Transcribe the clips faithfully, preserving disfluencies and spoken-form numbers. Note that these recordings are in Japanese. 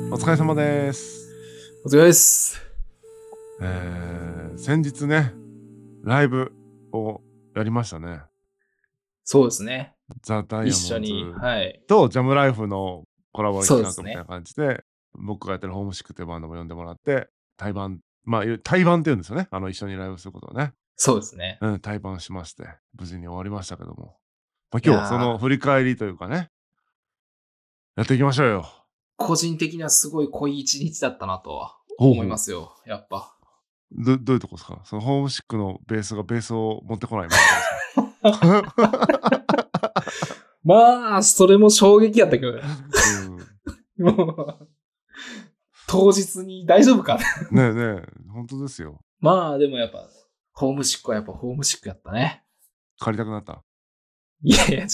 お疲れ様です。 お疲れです。 えー、先日ね、ライブをやりましたね。 そうですね。 ザ・ダイヤ一緒に、 モンズはい。 とジャムライフのコラボそう企画みたいなですね。 感じで、僕がやってるホームシックっていうバンドも呼んでもらって、対バン、まあ、対バンって言うんですよね。あの、一緒にライブすることをね。 そうですね。 うん、対バンしまして、無事に終わりましたけども。まあ、 い今日はそのや振り返りというかね、やっていきましょうよ。 ー、個人的にはすごい濃い一日だったなとは思いほうほう。 ますよ、やっぱ。 どどういうとこですか？そのホームシックのベースがベースを持ってこないみたいなことですか？ まあ、それも衝撃やったけどね。 うん。 もう、当日に大丈夫かね。 ねえねえ、本当ですよ。 まあ、でもやっぱ、ホームシックはやっぱホームシックやったね。 借りたくなった。 いやいや、違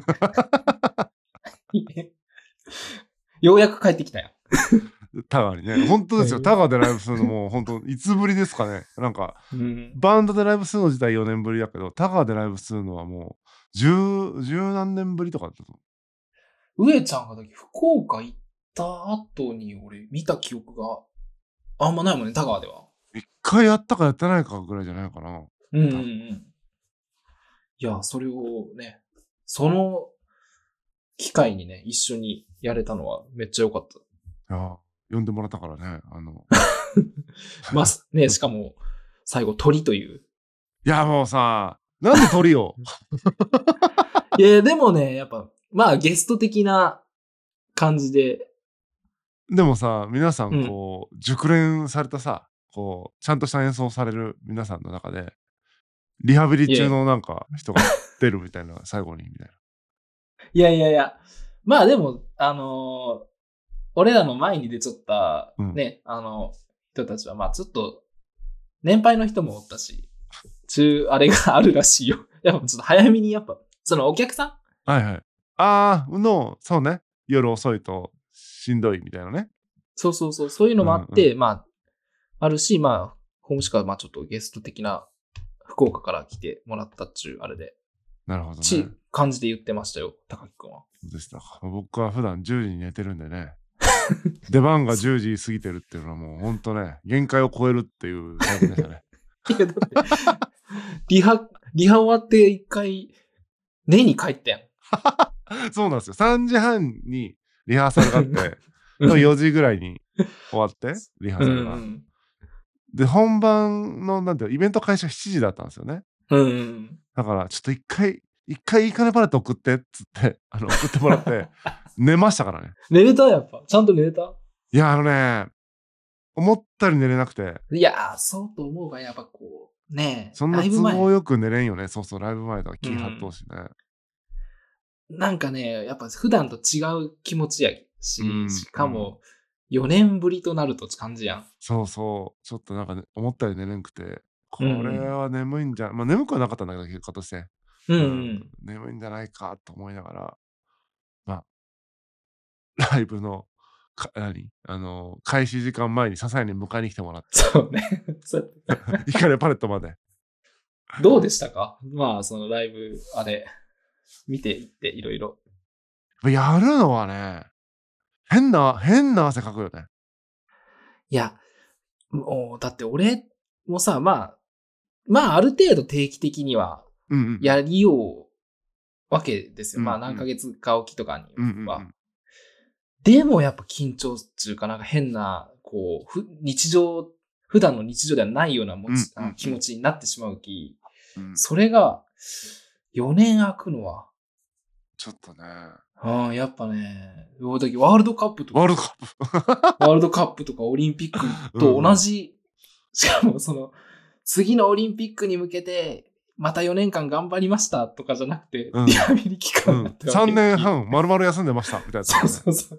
う。ようやく帰ってきたよ。 タガにね、本当ですよ。タガでライブするのも本当いつぶりですかね。なんか、 うん、 バンドでライブするの自体よねんぶりだけど、タガでライブするのはもう十十何年ぶりとかだったと。 上ちゃんがだけ福岡行った後に俺見た記憶があんまないもんね、田川では。 一回やったかやってないかぐらいじゃないかな。 うんうんうん。いや、それをね、その機会にね、一緒にやれたのはめっちゃ良かった。 いや、呼んでもらったからね、あの。 まあ、ね、しかも、最後鳥という。 いや、もうさ、なんで鳥をいや、でもね、やっぱ、まあゲスト的な感じで。 でもさ、皆さうん。 んこう、熟練されたさ、こう、ちゃんとした演奏される皆さんの中で、リハビリいやいや、 中のなんか人が出るみたいな、最後にみたいな。 いやいやいや。まあでも、あのー俺らの前に出ちゃったうん。 ね、あの、人たちは、まあちょっと、年配の人もおったし、中、あれがあるらしいよ。やっぱちょっと早めにやっぱ、そのお客さんはいはい。ああ、の、そうね。夜遅いとしんどいみたいなね。 そうそうそう、そういうのもあっうんうん。 て、まあ、あるし、まあ、ホームシカはまあちょっとゲスト的な福岡から来てもらったっちゅうあれで、 なるほどね。 ち、感じで言ってましたよ、高木くんは。 そうでしたか。僕は普段じゅうじに寝てるんでね。出番がじゅうじ過ぎてるっていうのはもうほんとね、限界を超えるっていう体験でしたね。 いや、だって、リハ、リハ終わって一回、寝に帰ったやん。 そうなんですよ。さんじはんにリハーサルがあって、よじぐらいに終わって、リハーサルが。 うん、 で、本番のなんていうイベント開始がしちじだったんですよね。 うんうん。 だからちょっと一回、一回いいかねパレット送ってっつって、あの、送ってもらって、寝ましたからね。 寝れたやっぱ。ちゃんと寝れたいや、あのね、思ったより寝れなくて。 いやー、そうと思うが、やっぱこう、ねえ、 そんなライブ前。 都合よく寝れんよね。そうそう、ライブ前とか気張っとうしね。 なんかね、やっぱ普段と違う気持ちやし、 うん、 しかもよねんぶりとなると感じやん。 そうそう、ちょっとなんかね、思ったより寝れんくて、こうんれは眠いんじゃま、眠くはなかったんだけど、結果として。 うん。ううん、 ん眠いんじゃないかと思いながら、ま、ライブの、か何、あの、開始時間前にささやに迎えに来てもらって。 そうね。そうイカレパレットまで。 どうでしたかまあ、そのライブ、あれ、見ていっていろいろ。 やるのはね、変な変な汗かくよね。 いや、もう、だって俺もさ、まあ、まあ、ある程度定期的にはうんうんうん。 やりようわけですよ。 うんうん。 まあ、何ヶ月かおきとかには。 うんうんうん。 でもやっぱ緊張っていうかなんか変な、こう、ふ日常、普段の日常ではないような持ち、 うんうんうん。 気持ちになってしまうき、 うん。 それがよねん空くのは、 ちょっとね。 ああ、やっぱね、ワールドカップとか、 ワールドカップ。 ワールドカップとかオリンピックと同じ、しかもその、次のオリンピックに向けて、またよねんかん頑張りましたとかじゃなくて、 うん、 リハビリ期間だったわけ、 うん、さんねんはん丸々休んでましたみたいな、ね。 そうそうそう。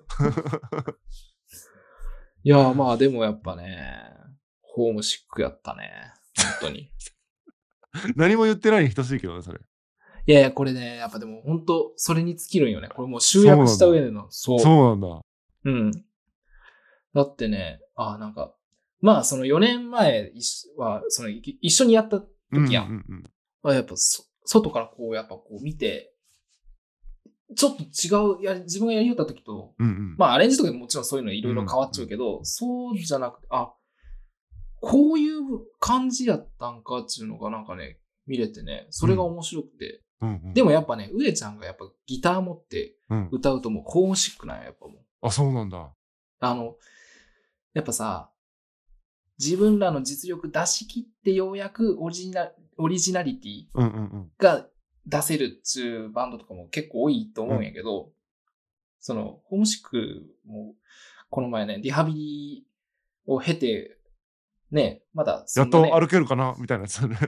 いや、まあでもやっぱね、ホームシックやったね。本当に。 何も言ってないに等しいけどね、それ。 いやいや、これね、やっぱでも本当それに尽きるんよね。これもう集約した上での。そう。 そうなんだ。 うん。だってね、あなんか、まあそのよねんまえは、その一緒にやった時やん。うんうんうん、やっぱそ外からこう、やっぱこう見て、 ちょっと違う、や自分がやりよった時と、 うんうん。 まあアレンジとかでもちろんそういうのいろいろ変わっちゃうけど、そうじゃなくて、あ、こういう感じやったんかっていうのがなんかね、見れてね、それが面白くて。 うんうん、 でもやっぱね、上ちゃんがやっぱギター持ってうん、 歌うともうホームシックなんや、やっぱもう。 あ、そうなんだ。 あの、やっぱさ、自分らの実力出し切ってようやくオリジナオリジナリティうんうんうん。 が出せるっちゅうバンドとかも結構多いと思うんやけど、その、ホームシックも、この前ね、リハビリを経て、ね、まだそやっんなね、 と歩けるかなみたいなやつね。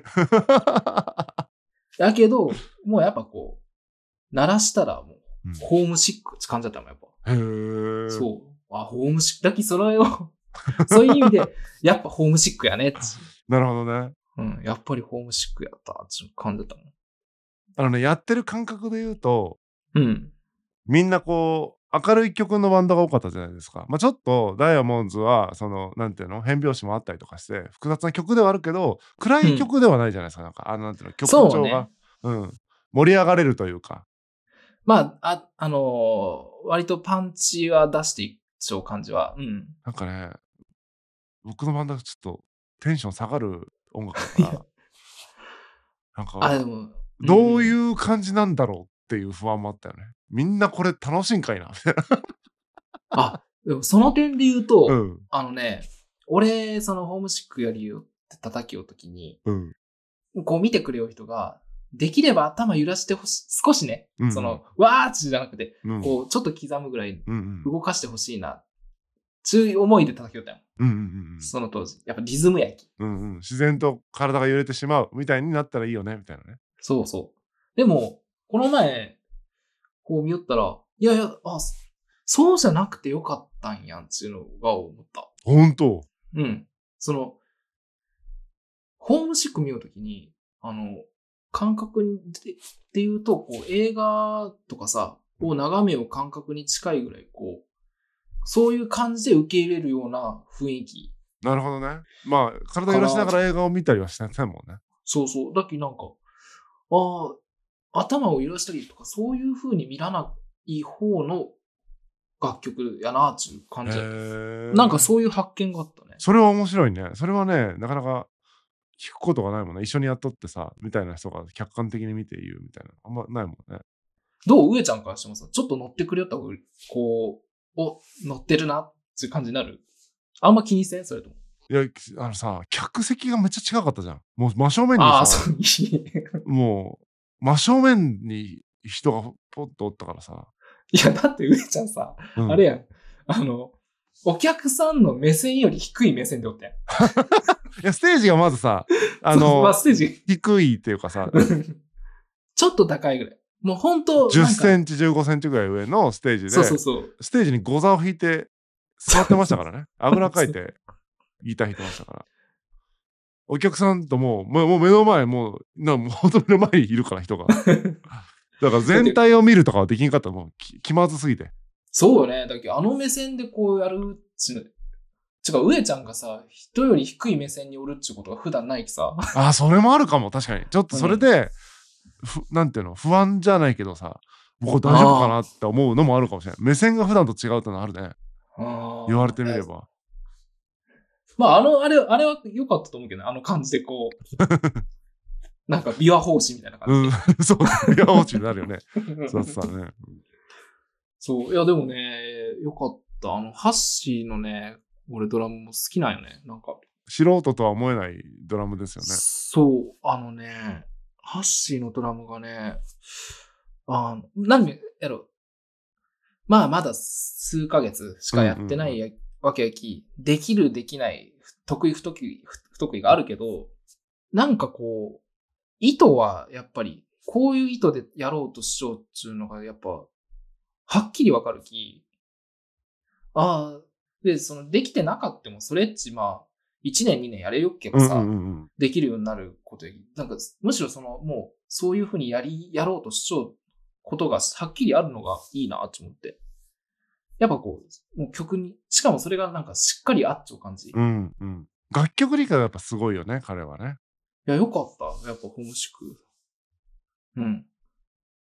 だけど、もうやっぱこう、鳴らしたらもう、 うんホームシックって感じだったもん、やっぱ。 へー。 そう。あ、ホームシック。だけどそれを、そういう意味で、やっぱホームシックやねっつなるほどね。 う。うん、やっぱりホームシックやったっつう感じだったもん。 あのね、やってる感覚で言うと、 うん。 みんなこう、明るい曲のバンドが多かったじゃないですか。まあちょっとダイヤモンドズは、その、なんていうの、変拍子もあったりとかして、複雑な曲ではあるけど、暗い曲ではないじゃないですか。なんか、あの、なんていうの、曲そう調が、 ね。 うん、盛り上がれるというか。 まあ、あ、あのー割とパンチは出していっちゃう感じは。うん。 なんかね、僕のバンドがちょっとテンション下がる音楽だかいやら、なんあ、でか、 も、 どううん。 いう感じなんだろうっていう不安もあったよね。みんなこれ楽しいんかいなみたいな。 あ、でもその点で言うと、 うん、 あのね、俺、そのホームシックやりよって叩きようときに、 うん、 こう見てくれよう人が、できれば頭揺らしてほしい。少しね、 うんうんその、わーっじゃなくて、 うん、 こう、ちょっと刻むぐらいうんうん、 動かしてほしいな、つう思いで叩きよったよ。 うんうんうんうん。 その当時。やっぱリズムやき。 うんうん、自然と体が揺れてしまうみたいになったらいいよねみたいなね。 そうそう。でも、この前、こう見よったら、いやいや、あ、そうじゃなくてよかったんやんっていうのが思った。 ほんと。 うん。その、ホームシック見ようときに、あの、感覚にでっていうと、こう映画とかさ、を眺めよう感覚に近いぐらい、こう、そういう感じで受け入れるような雰囲気なるほどね。まあ、体揺らしなかな。 がら映画を見たりはしてないもんね。 そうそう。だっけなんか、ああ、頭を揺らしたりとか、そういう風に見らない方の楽曲やなっていう感じだった。 へなんかえ。 そういう発見があったね。 それは面白いね。それはね、なかなか聞くことがないもんね。一緒にやっとってさ、みたいな人が客観的に見て言うみたいな。あんまないもんね。 どう上ちゃんからしてもさ、ちょっと乗ってくれよった方が、こう、お、乗ってるなっていう感じになる？あんま気にせんそれとも。 いや、あのさ、客席がめっちゃ近かったじゃん。もう真正面にああ、 さ、 そう、いもう真正面に人がポッとおったからさ。 や、だって上ちゃんさ、 うん、 あれやん。あの、お客さんの目線より低い目線でおったやん。 いや、ステージがまずさ、あそうまあ、 の、 ステージ。 低いっていうかさ、 ちょっと高いぐらい。もう本当 10 なんか、 センチ、じゅうごセンチぐらい上のステージそうそうで、 そう。 ステージにゴザを引いて座ってましたからね。あぐらかいてギター弾いてましたから。お客さんともう、もうもう目の前、もう、なもう本当目の前にいるから人が。だから全体を見るとかはできんかった。もうき気まずすぎて。 そうよね。だけど、あの目線でこうやるっちゅう。違う、上ちゃんがさ、人より低い目線におるっちゅうことが普段ないきさ。 ああ、それもあるかも。確かに。ちょっとそれで、ふなんていうの、不安じゃないけどさ、僕大丈夫かなって思うのもあるかもしれない。目線が普段と違うってのはあるね。 あ言われてみれば。 まあ、あの、あれ、あれは良かったと思うけどね。あの感じでこう、なんか琵琶法師みたいな感じで。 うん、そう、いや、落ちになるよね。そうさね。 そう。いや、でもね、良かった。あの、ハッシーのね、俺ドラムも好きなんよね。なんか。 素人とは思えないドラムですよね。 そう。あのね、ハッシーのドラムがね、あの、何やろ。まあ、まだ数ヶ月しかやってないや、わけやき、できる、できない、得意、不得意、不得意があるけど、なんかこう、意図はやっぱり、こういう意図でやろうとしようっていうのがやっぱ、はっきりわかるき、ああ、で、その、できてなかったも、それっち、まあ、いちねん、にねんやれよっけばさ、 うんうんうんうん、 できるようになることや、なんか、むしろその、もう、そういうふうにやり、やろうとしちゃうことがはっきりあるのがいいなと思って。やっぱこう、もう曲に、しかもそれがなんかしっかりあっちゃう感じ。いうんうん。楽曲理解がやっぱすごいよね、彼はね。 や、よかった。やっぱホームシック。うん。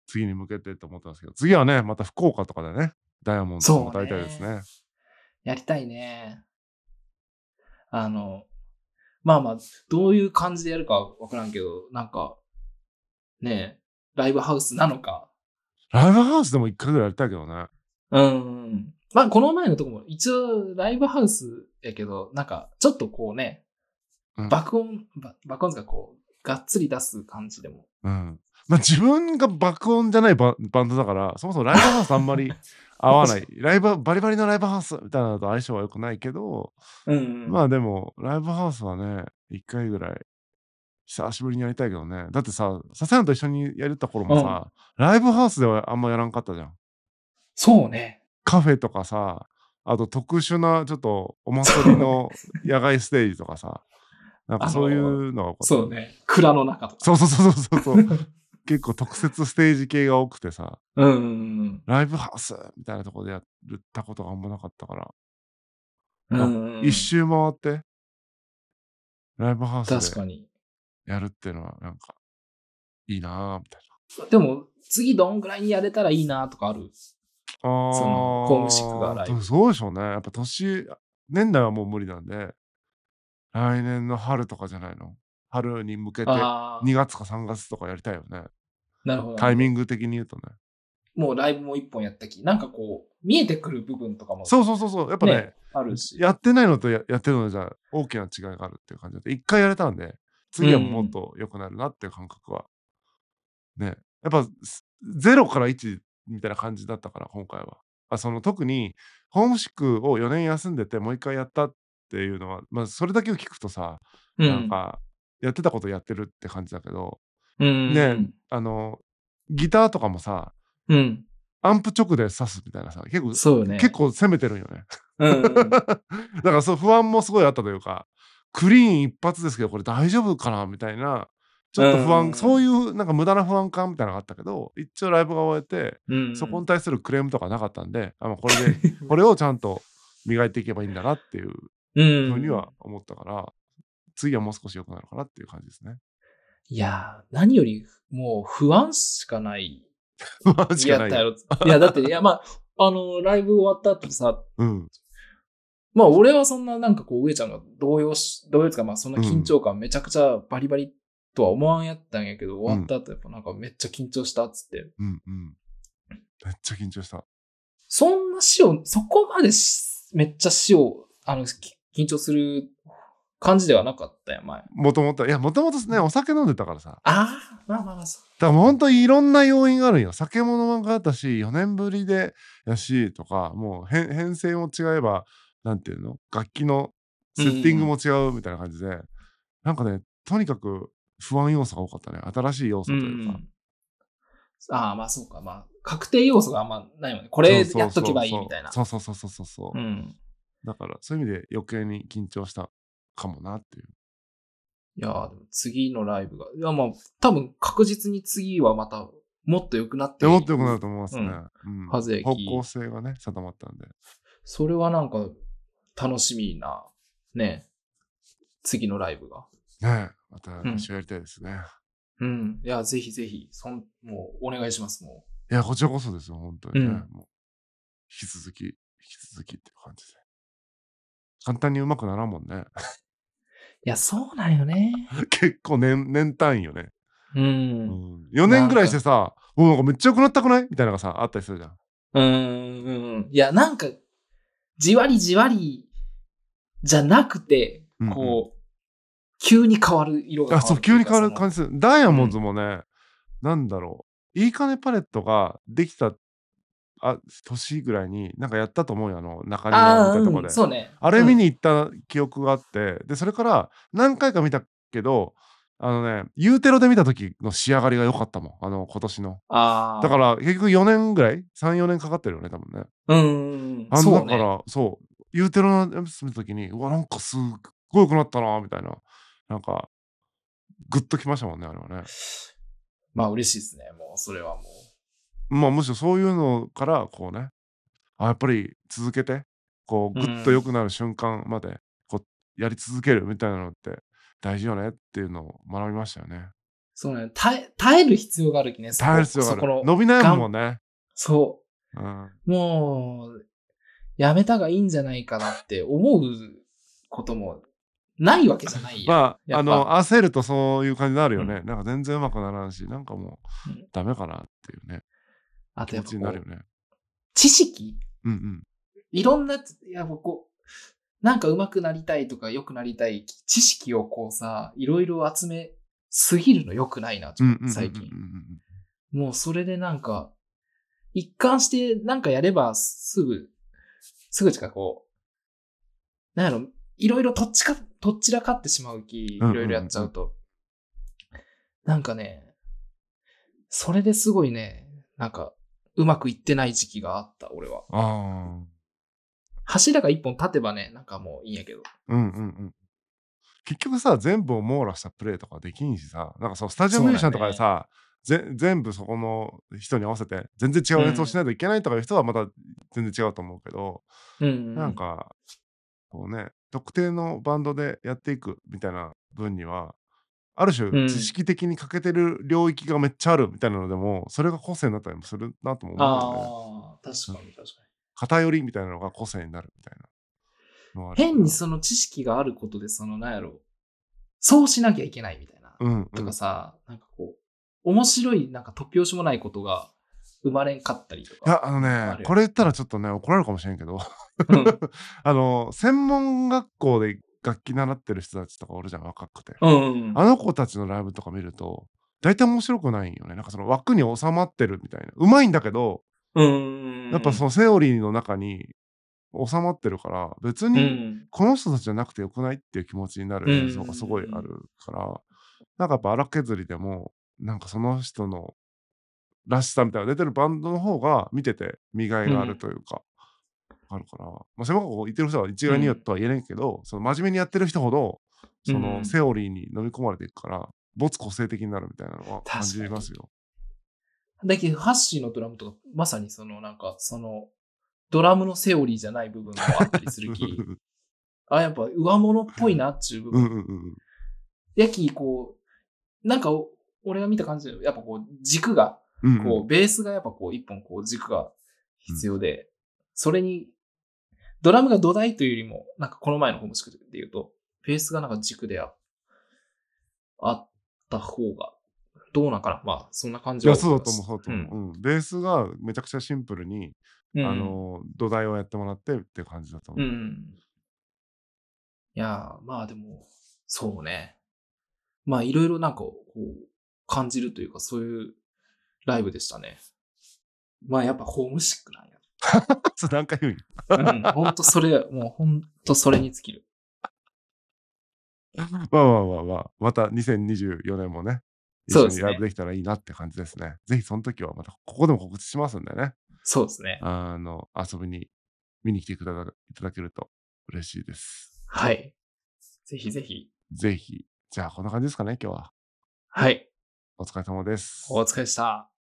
次に向けてと思ったんですけど、次はね、また福岡とかでね、ダイヤモンドとそう歌いたいですね。 ね。 やりたいね。あの、まあまあ、どういう感じでやるかわからんけど、なんか、ね、ライブハウスなのか。 ライブハウスでも一回ぐらいやりたいけどね。 うん。まあ、この前のとこも一応ライブハウスやけど、なんか、ちょっとこうね、 うん爆音、ば爆音がこう、がっつり出す感じでも。 うん。まあ、自分が爆音じゃないババンドだから、そもそもライブハウスあんまり合わない。ライブバリバリのライブハウスみたいなのと相性は良くないけど、 うんうん。 まあでも、ライブハウスはね、一回ぐらい久しぶりにやりたいけどね。だってさ、笹山と一緒にやった頃もうん。 さ、ライブハウスではあんまやらんかったじゃん。 そうね。 カフェとかさ、あと特殊なちょっとお祭りの野外ステージとかさ、なんかあそういの、 うのが多かったよね。 そうね。蔵の中とか。 そうそうそうそうそう。結構特設ステージ系が多くてさ、 うんうんうんライブハウスみたいなとこでやったことがあんまなかったから、 うん。うあ、 んうんうん。 一周回ってライブハウスで確かに。 やるっていうのはなんかいいなぁみたいでも、次どんぐらいにやれたらいいなとかある？ な。 その、ホームシックがあー、 ライブ。 そうでしょうね。やっぱ年、年内はもう無理なんで、来年の春とかじゃないの。春に向けてああ、 にがつかさんがつとかやりたいよね。 なるほどなるほど。 タイミング的に言うとね。 もうライブも一本やったき、なんかこう、見えてくる部分とかもそうそうそうそう。やっぱね、 ね、あるし。 やってないのとややってるのじゃ大きな違いがあるっていう感じで、一回やれたんで、次はもっうん。 と良くなるなっていう感覚はね。やっぱ、すゼロからいちみたいな感じだったから、今回は。あ、その特にホームシックをよねん休んでてもう一回やったっていうのは、ま、それだけを聞くとさ、 うん。 なんか、やってたことやってるって感じだけど、 うんうね、 んあの、ギターとかもさ、 うん。うん。 アンプ直で挿すみたいなさ、結構そうね。 結構攻めてるんよね。 うんうん。 だからそう不安もすごいあったというか、クリーン一発ですけど、これ大丈夫かなみたいな、ちょうっと不安、 んうんそういうなんか無駄な不安感みたいなのがあったけど、一応ライブが終えて、 うん。うんそこにうん。 対するクレームとかなかったんで、あ、ま、これでこれをちゃんと磨いていけばいいんだなっていううんうん風にうん。 は思ったから、次はもう少し良くなるかなっていう感じですね。 いや、何より、もう不安しかない。 不安しかないよ。 やったやろ。いや、だって、いや、まあ、あの、ライブ終わった後さ、 うん、 まあ、俺はそんななんかこう、上ちゃんが動揺し、動揺つか、まあ、そんなうん、 緊張感めちゃくちゃバリバリとは思わんやったんやけど、 うん、 終わった後やっぱなんかめっちゃ緊張したっつって。 うん、うん。めっちゃ緊張した。 そんな死を、そこまでしめっちゃ死を、あの、き緊張する感じではなかったやん、前。 もともと、いや、もともとね、お酒飲んでたからさ。 ああ、まあまあまあ、そう。 だからもうほんといろんな要因があるんよ。酒も飲まんかったし、よねんぶりでやしとか、もうへん編成も違えば、なんていうの、楽器のうんセッティングもうん違うみたいな感じで、なんかね、とにかく不安要素が多かったね。新しい要うん。うん素というか。 うん。ああ、まあそうか、まあ、確定要素があんまないもんね。これそうそうやっとけばいいみそうそう。 たいな。 そうそうそうそうそうそう。 うん。 だからそういう意味で余計に緊張したかもなっていう。 いやー、でも次のライブが、いや、まあ、多分確実に次はまた、もっと良くなっいや、もっていく、 と良くなると思いますね。 うん、 うん。 はずや方向き、 性がね、定まったんで。 それはなんか、楽しみな、ね、次のライブが。 ねえ、またうん。 一緒やりたいですね。 うん。いや、ぜひぜひ、そん、もう、お願いします、もいや、こちらこそですよ、ほんとう。うにね。 ん。 もう引き続き、引き続きっていう感じで。簡単に上手くならんもんね。 いや、そうなんよね。 結構年年単位よね。 うん。 うん。よねんぐらいしてなんか、 さ、もうなんかめっちゃ良くなったくないみたいなのがさ、あったりするじゃん。 うーん、うん。いや、なんか、じわりじわりじゃなくて、 うんうん。 こう、急に変わる、色があ、そう、 変わるというか、 急に変わその、 る感じする。ダイヤモンうん。 ドもね、なんだろう、いいかねパレットができた、あ、年ぐらいになんかやったと思うよ、あの、中庭みああ、うん、 たいなとこで。 そうね。 あれ見にうん。 行った記憶があって、で、それから何回か見たけど、あのね、ユーテロで見た時の仕上がりが良かったもん、あの、今年の。だかああ、 ら結局よねんぐらい、さん、よねんかかってるよね、多分ね。 うんうんうん。 あんだそうね。 から、そう、ユーテロのやつ見た時に、うわ、なんかすっごい良くなったなみたいな、なんか、グッときましたもんね、あれはね。 まあ嬉しいですね。もう、それはもまあ、むしろそういうのから、こうね、あ、やっぱり続けて、こうう。うぐっと良ん。 くなる瞬間まで、こうやり続けるみたいなのって大事よねっていうのを学びましたよね。 そうね、耐え、耐える必要があるきね、そこ、 耐える必要がある。 そこの、 伸び悩がん、 むもんね。 そうん。 う、もう、やめたがいいんじゃないかなって思うこともないわけじゃないやん。 まあ、 やっあの、 ぱ。 焦るとそういう感じになるよね。 うん。 なんか全然うまくならんし、なんかもう、 うんダメかなっていうね、 あとや気持っぱこう、 ちになるよね。 知識うんうん。 いろんな、いや、こう、なんか上手くなりたいとか良くなりたい知識をこうさ、いろいろ集めすぎるの良くないな、ちょっとうんうんうんうん最近。 うんもうそれでなんか、一貫してなんかやればすぐ、すぐ近くこう、なんやろ、いろいろとっちか、とっちらかってしまうき、いうんうんうんうんろいろやっちゃうと。なんかね、それですごいね、なんか、うまくいってない時期があった、俺は。 ああ。 柱が一本立てばね、なんかもういいんやけど。 うんうんうん。結局さ、全部を網羅したプレイとかできんしさ、なんかそのスタジオそうミュージシャンとかでだよね。 さ、ぜ全部そこの人に合わせて、全然違う演奏しないといけないとかいう人はまた全然違うと思うけど、 うん。うんなんか、こうね、特定のバンドでやっていくみたいな分には、ある種うん。うん。 知識的に欠けてる領域がめっちゃあるみたいなのでも、それが個性になったりもするなとも思うよね。 ああ、確うん。 かに確かに。 偏りみたいなのが個性になるみたいなのはあるから。 変にその知識があることで、その、なんやろ、そうしなきゃいけないみたいな。とうんうん。 かさ、なんかこう、面白い、なんか突拍子もないことが生まれんかったりとか、 いや、あのね、 なんかあるやん。 これ言ったらちょっとね、怒られるかもしれんけど、 うん。 あの、専門学校で楽器習ってる人たちとかおるじゃん、若くて。 うんうんうん。 あの子たちのライブとか見ると、大体面白くないんよね。なんかその枠に収まってるみたいな。上手いんだけど、 うんうんやっぱそのセオリーの中に収まってるから、別うん。うにん。 この人たちじゃなくてよくないっていう気持ちになうんうんる演奏がすごいあうんるから、なんかやっぱ荒削りでも、なんかその人のらしさみたいなのが出てるバンドの方が見てて見がいがあるうん。 というか、あるから、まあ、専門学校行ってる人は一概にはうん。 とは言えないけど、その真面目にやってる人ほど、そのうん。 セオリーに飲み込まれていくから、没個性的になるみたいなのは感確かに。 じますよ。 だけど、ハッシーのドラムとか、まさにその、なんか、その、ドラムのセオリーじゃない部分もあったりするき、あ、やっぱ上物っぽいなっちゅう部うん分。 うんうんうん。 やき、こう、なんかお、俺が見た感じで、やっぱこう、軸が、 うんうん。 こう、ベースがやっぱこう、一本こう、軸がうん。 必要で、それに、ドラムが土台というよりも、なんかこの前のホームスクールで言うと、ベースがなんか軸でああった方が、どうなんかな。まあ、そんな感じいや、 はそうだと思う思います。 そうだと思う。 うん。 うん。ベースがめちゃくちゃシンプルに、あうん。 の、土台をやってもらってっていう感じだとう思う。 ん。いやー、まあでも、そうね。まあいろいろなんかこう、感じるというか、そういうライブでしたね。まあやっぱホームシックなんや。 それ何回言うんや。 うん。ほんとそれ、もうほんとそれに尽きる。 まあまあまあまあ、またにせんにじゅうよねんもね、一緒にライブそうですね。 できたらいいなって感じですね。ぜひその時はまたここでも告知しますんでね。 そうですね。 あの、遊びに見に来てくださいただけると嬉しいです。 はい。ぜひぜひ。 ぜひ。じゃあこんな感じですかね、今日は。 はい。 お疲れ様です。 お疲れでした。